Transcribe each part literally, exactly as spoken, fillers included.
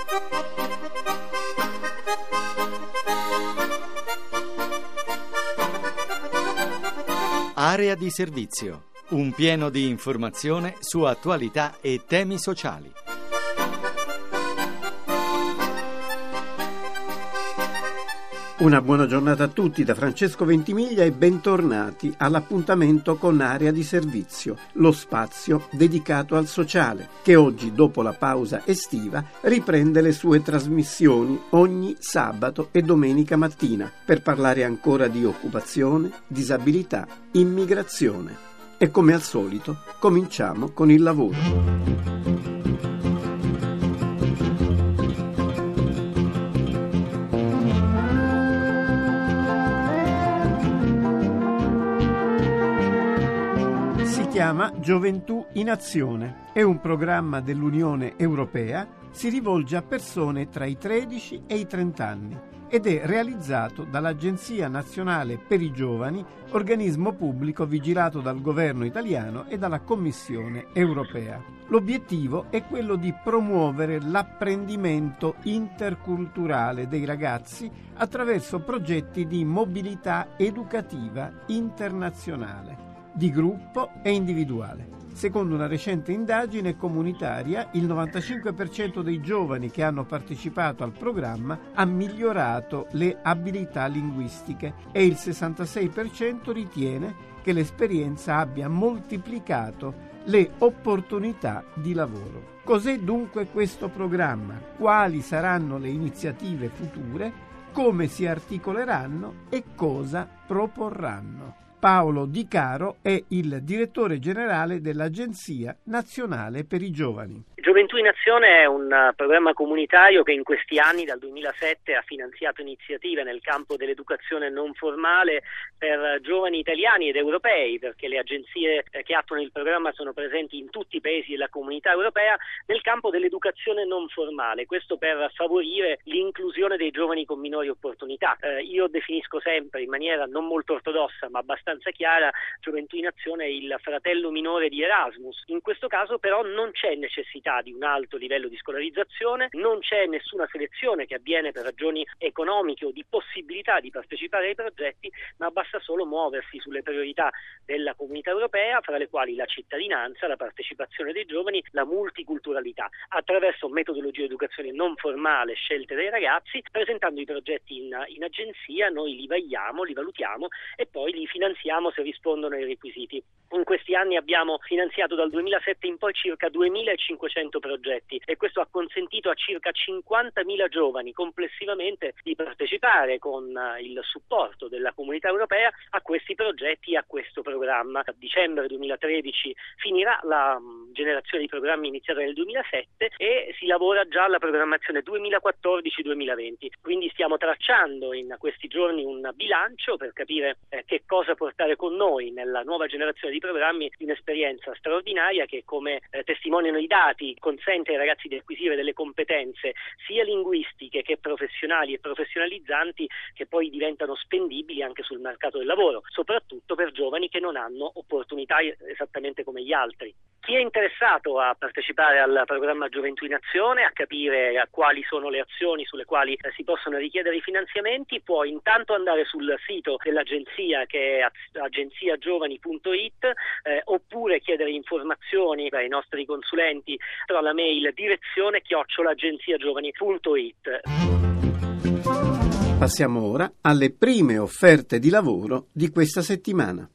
Area di servizio, un pieno di informazione su attualità e temi sociali. Una buona giornata a tutti da Francesco Ventimiglia e bentornati all'appuntamento con Area di Servizio, lo spazio dedicato al sociale, che oggi, dopo la pausa estiva, riprende le sue trasmissioni ogni sabato e domenica mattina per parlare ancora di occupazione, disabilità, immigrazione. E come al solito, cominciamo con il lavoro. Si chiama Gioventù in Azione, è un programma dell'Unione Europea, si rivolge a persone tra i tredici e i trenta anni ed è realizzato dall'Agenzia Nazionale per i Giovani, organismo pubblico vigilato dal governo italiano e dalla Commissione Europea. L'obiettivo è quello di promuovere l'apprendimento interculturale dei ragazzi attraverso progetti di mobilità educativa internazionale, di gruppo e individuale. Secondo una recente indagine comunitaria, il novantacinque per cento dei giovani che hanno partecipato al programma ha migliorato le abilità linguistiche e il sessantasei per cento ritiene che l'esperienza abbia moltiplicato le opportunità di lavoro. Cos'è dunque questo programma? Quali saranno le iniziative future? Come si articoleranno e cosa proporranno? Paolo Di Caro è il direttore generale dell'Agenzia Nazionale per i Giovani. Gioventù in Azione è un programma comunitario che in questi anni, dal duemilasette, ha finanziato iniziative nel campo dell'educazione non formale per giovani italiani ed europei, perché le agenzie che attuano il programma sono presenti in tutti i paesi della comunità europea nel campo dell'educazione non formale, questo per favorire l'inclusione dei giovani con minori opportunità. Eh, io definisco sempre in maniera non molto ortodossa ma abbastanza chiara Gioventù in Azione il fratello minore di Erasmus. In questo caso però non c'è necessità di un alto livello di scolarizzazione, non c'è nessuna selezione che avviene per ragioni economiche o di possibilità di partecipare ai progetti, ma basta solo muoversi sulle priorità della comunità europea, fra le quali la cittadinanza, la partecipazione dei giovani, la multiculturalità, attraverso metodologie di educazione non formale scelte dai ragazzi, presentando i progetti in, in agenzia, noi li vagliamo, li valutiamo e poi li finanziamo se rispondono ai requisiti. In questi anni abbiamo finanziato dal duemilasette in poi circa duemilacinquecento progetti e questo ha consentito a circa cinquantamila giovani complessivamente di partecipare con il supporto della comunità europea a questi progetti e a questo programma. A dicembre duemilatredici finirà la generazione di programmi iniziata nel duemilasette e si lavora già alla programmazione duemilaquattordici duemilaventi. Quindi stiamo tracciando in questi giorni un bilancio per capire eh, che cosa portare con noi nella nuova generazione di programmi, di un'esperienza straordinaria che, come eh, testimoniano i dati, consente ai ragazzi di acquisire delle competenze sia linguistiche che professionali e professionalizzanti che poi diventano spendibili anche sul mercato del lavoro, soprattutto per giovani che non hanno opportunità esattamente come gli altri. Chi è interessato a partecipare al programma Gioventù in Azione, a capire a quali sono le azioni sulle quali eh, si possono richiedere i finanziamenti, può intanto andare sul sito dell'agenzia che è agenzia giovani punto it eh, oppure chiedere informazioni dai nostri consulenti alla mail direzione chiocciola agenzia giovani punto it. Passiamo ora alle prime offerte di lavoro di questa settimana.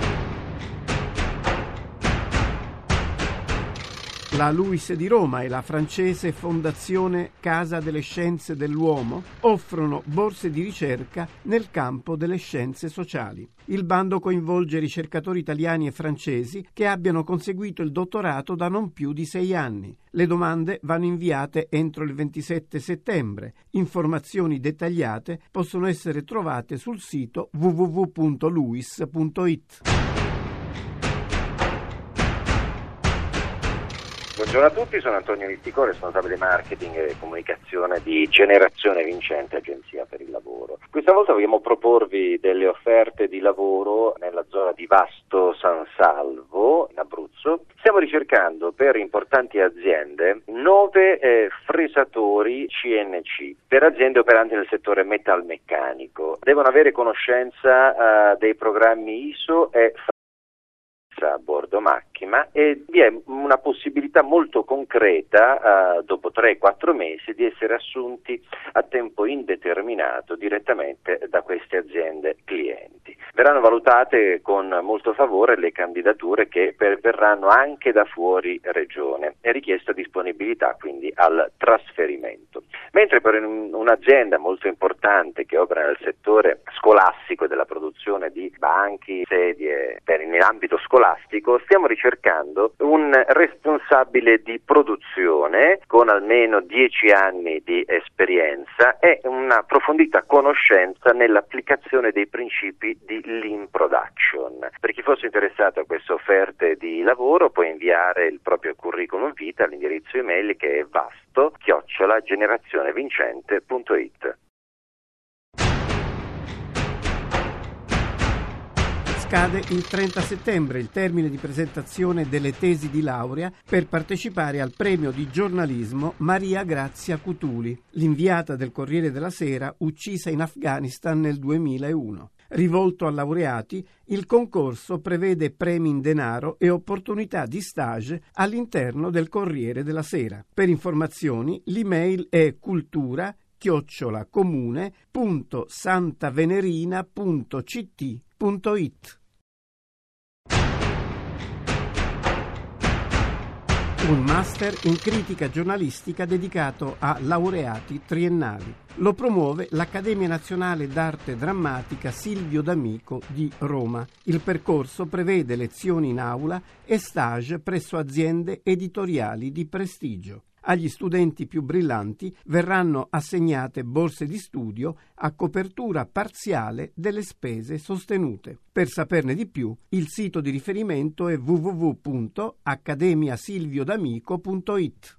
La LUISS di Roma e la francese Fondazione Casa delle Scienze dell'Uomo offrono borse di ricerca nel campo delle scienze sociali. Il bando coinvolge ricercatori italiani e francesi che abbiano conseguito il dottorato da non più di sei anni. Le domande vanno inviate entro il ventisette settembre. Informazioni dettagliate possono essere trovate sul sito w w w punto luis punto it. Buongiorno a tutti, sono Antonio Vittico, responsabile marketing e comunicazione di Generazione Vincente, Agenzia per il Lavoro. Questa volta vogliamo proporvi delle offerte di lavoro nella zona di Vasto San Salvo, in Abruzzo. Stiamo ricercando per importanti aziende nove eh, fresatori C N C, per aziende operanti nel settore metalmeccanico. Devono avere conoscenza eh, dei programmi I S O e a bordo macchina, e vi è una possibilità molto concreta uh, dopo tre quattro mesi di essere assunti a tempo indeterminato direttamente da queste aziende clienti. Verranno valutate con molto favore le candidature che perverranno anche da fuori regione. È richiesta disponibilità quindi al trasferimento. Mentre per un'azienda molto importante che opera nel settore scolastico e della produzione di banchi, sedie per nell'ambito scolastico, stiamo ricercando un responsabile di produzione con almeno dieci anni di esperienza e un'approfondita conoscenza nell'applicazione dei principi di Lean Production. Per chi fosse interessato a queste offerte di lavoro può inviare il proprio curriculum vitae all'indirizzo email che è vasto chiocciola generazionevincente punto it. Scade il trenta settembre il termine di presentazione delle tesi di laurea per partecipare al premio di giornalismo Maria Grazia Cutuli, l'inviata del Corriere della Sera uccisa in Afghanistan nel duemilauno. Rivolto a laureati, il concorso prevede premi in denaro e opportunità di stage all'interno del Corriere della Sera. Per informazioni l'email è cultura chiocciola comune punto santavenerina punto c t punto it. Un master in critica giornalistica dedicato a laureati triennali. Lo promuove l'Accademia Nazionale d'Arte Drammatica Silvio D'Amico di Roma. Il percorso prevede lezioni in aula e stage presso aziende editoriali di prestigio. Agli studenti più brillanti verranno assegnate borse di studio a copertura parziale delle spese sostenute. Per saperne di più, il sito di riferimento è w w w punto accademia silvio d'amico punto it.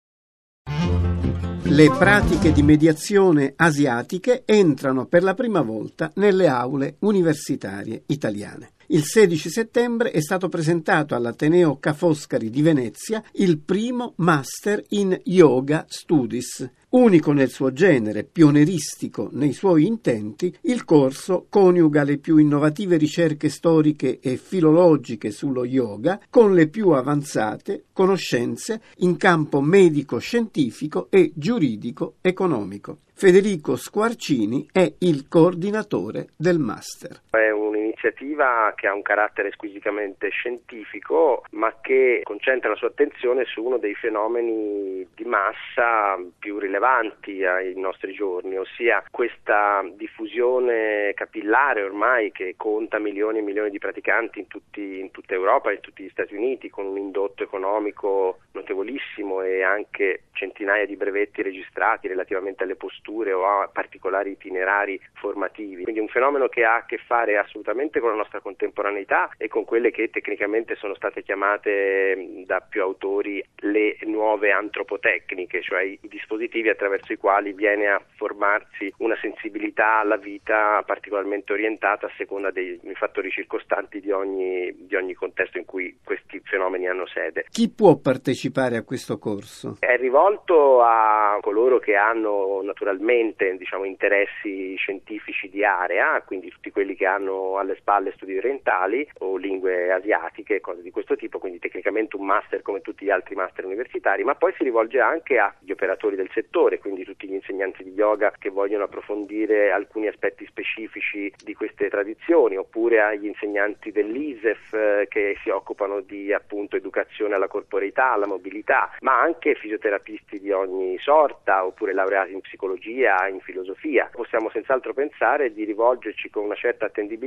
Le pratiche di mediazione asiatiche entrano per la prima volta nelle aule universitarie italiane. Il sedici settembre è stato presentato all'Ateneo Ca' Foscari di Venezia il primo Master in Yoga Studies. Unico nel suo genere, pionieristico nei suoi intenti, il corso coniuga le più innovative ricerche storiche e filologiche sullo yoga con le più avanzate conoscenze in campo medico-scientifico e giuridico-economico. Federico Squarcini è il coordinatore del Master. È un'iniziativa che ha un carattere squisitamente scientifico, ma che concentra la sua attenzione su uno dei fenomeni di massa più rilevanti ai nostri giorni, ossia questa diffusione capillare ormai che conta milioni e milioni di praticanti in, tutti, in tutta Europa e in tutti gli Stati Uniti, con un indotto economico notevolissimo e anche centinaia di brevetti registrati relativamente alle posture o a particolari itinerari formativi. Quindi un fenomeno che ha a che fare assolutamente con la nostra contemporaneità e con quelle che tecnicamente sono state chiamate da più autori le nuove antropotecniche, cioè i dispositivi attraverso i quali viene a formarsi una sensibilità alla vita particolarmente orientata a seconda dei fattori circostanti di ogni, di ogni contesto in cui questi fenomeni hanno sede. Chi può partecipare a questo corso? È rivolto a coloro che hanno naturalmente, diciamo, interessi scientifici di area, quindi tutti quelli che hanno alle spalle studi orientali o lingue asiatiche, cose di questo tipo, quindi tecnicamente un master come tutti gli altri master universitari, ma poi si rivolge anche agli operatori del settore, quindi tutti gli insegnanti di yoga che vogliono approfondire alcuni aspetti specifici di queste tradizioni, oppure agli insegnanti dell'I S E F eh, che si occupano di appunto educazione alla corporeità, alla mobilità, ma anche fisioterapisti di ogni sorta, oppure laureati in psicologia, in filosofia. Possiamo senz'altro pensare di rivolgerci con una certa attendibilità anche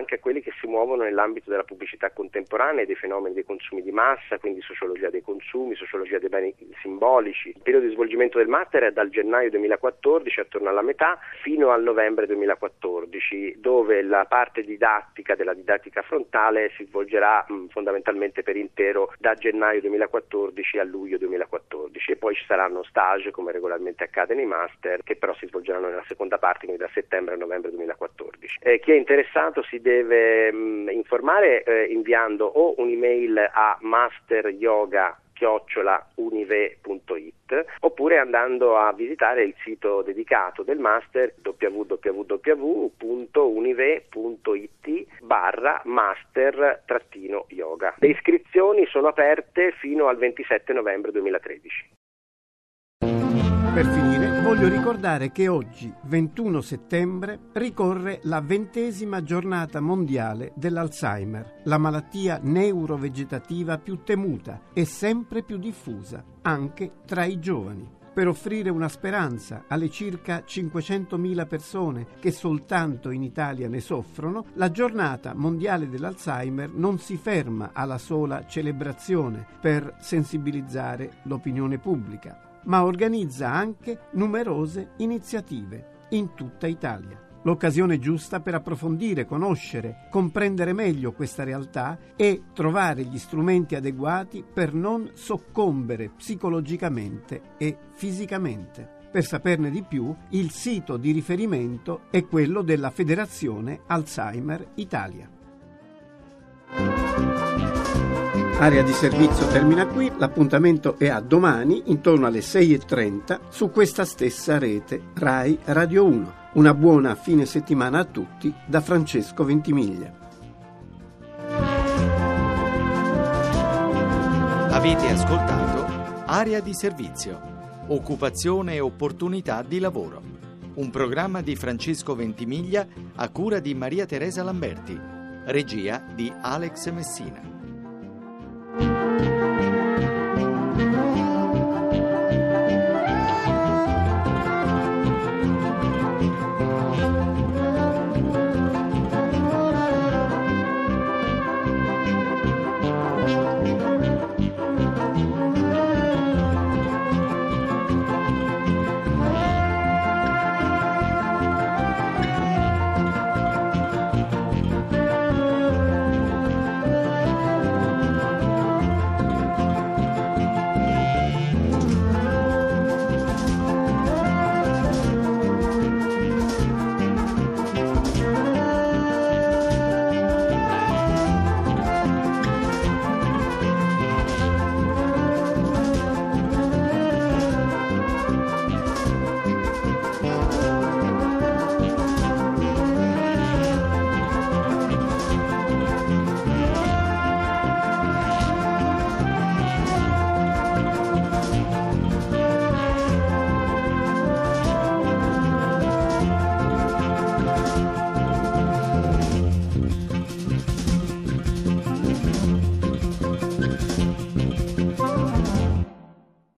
anche a quelli che si muovono nell'ambito della pubblicità contemporanea e dei fenomeni dei consumi di massa, quindi sociologia dei consumi, sociologia dei beni simbolici. Il periodo di svolgimento del master è dal gennaio duemilaquattordici, attorno alla metà, fino al novembre duemilaquattordici, dove la parte didattica della didattica frontale si svolgerà mh, fondamentalmente per intero da gennaio duemilaquattordici a luglio duemilaquattordici, e poi ci saranno stage come regolarmente accade nei master, che però si svolgeranno nella seconda parte, quindi da settembre a novembre duemilaquattordici. Eh, chi è interessato si deve mh, informare eh, inviando o un'email a masteryoga chiocciola unive punto it oppure andando a visitare il sito dedicato del master w w w punto unive punto it barra master trattino yoga. Le iscrizioni sono aperte fino al ventisette novembre duemilatredici. Per finire, voglio ricordare che oggi, ventuno settembre, ricorre la ventesima giornata mondiale dell'Alzheimer, la malattia neurovegetativa più temuta e sempre più diffusa, anche tra i giovani. Per offrire una speranza alle circa cinquecentomila persone che soltanto in Italia ne soffrono, la giornata mondiale dell'Alzheimer non si ferma alla sola celebrazione per sensibilizzare l'opinione pubblica, ma organizza anche numerose iniziative in tutta Italia. L'occasione giusta per approfondire, conoscere, comprendere meglio questa realtà e trovare gli strumenti adeguati per non soccombere psicologicamente e fisicamente. Per saperne di più, il sito di riferimento è quello della Federazione Alzheimer Italia. Area di servizio termina qui, l'appuntamento è a domani intorno alle sei e trenta su questa stessa rete Rai Radio uno. Una buona fine settimana a tutti da Francesco Ventimiglia. Avete ascoltato Area di servizio, occupazione e opportunità di lavoro. Un programma di Francesco Ventimiglia a cura di Maria Teresa Lamberti, regia di Alex Messina.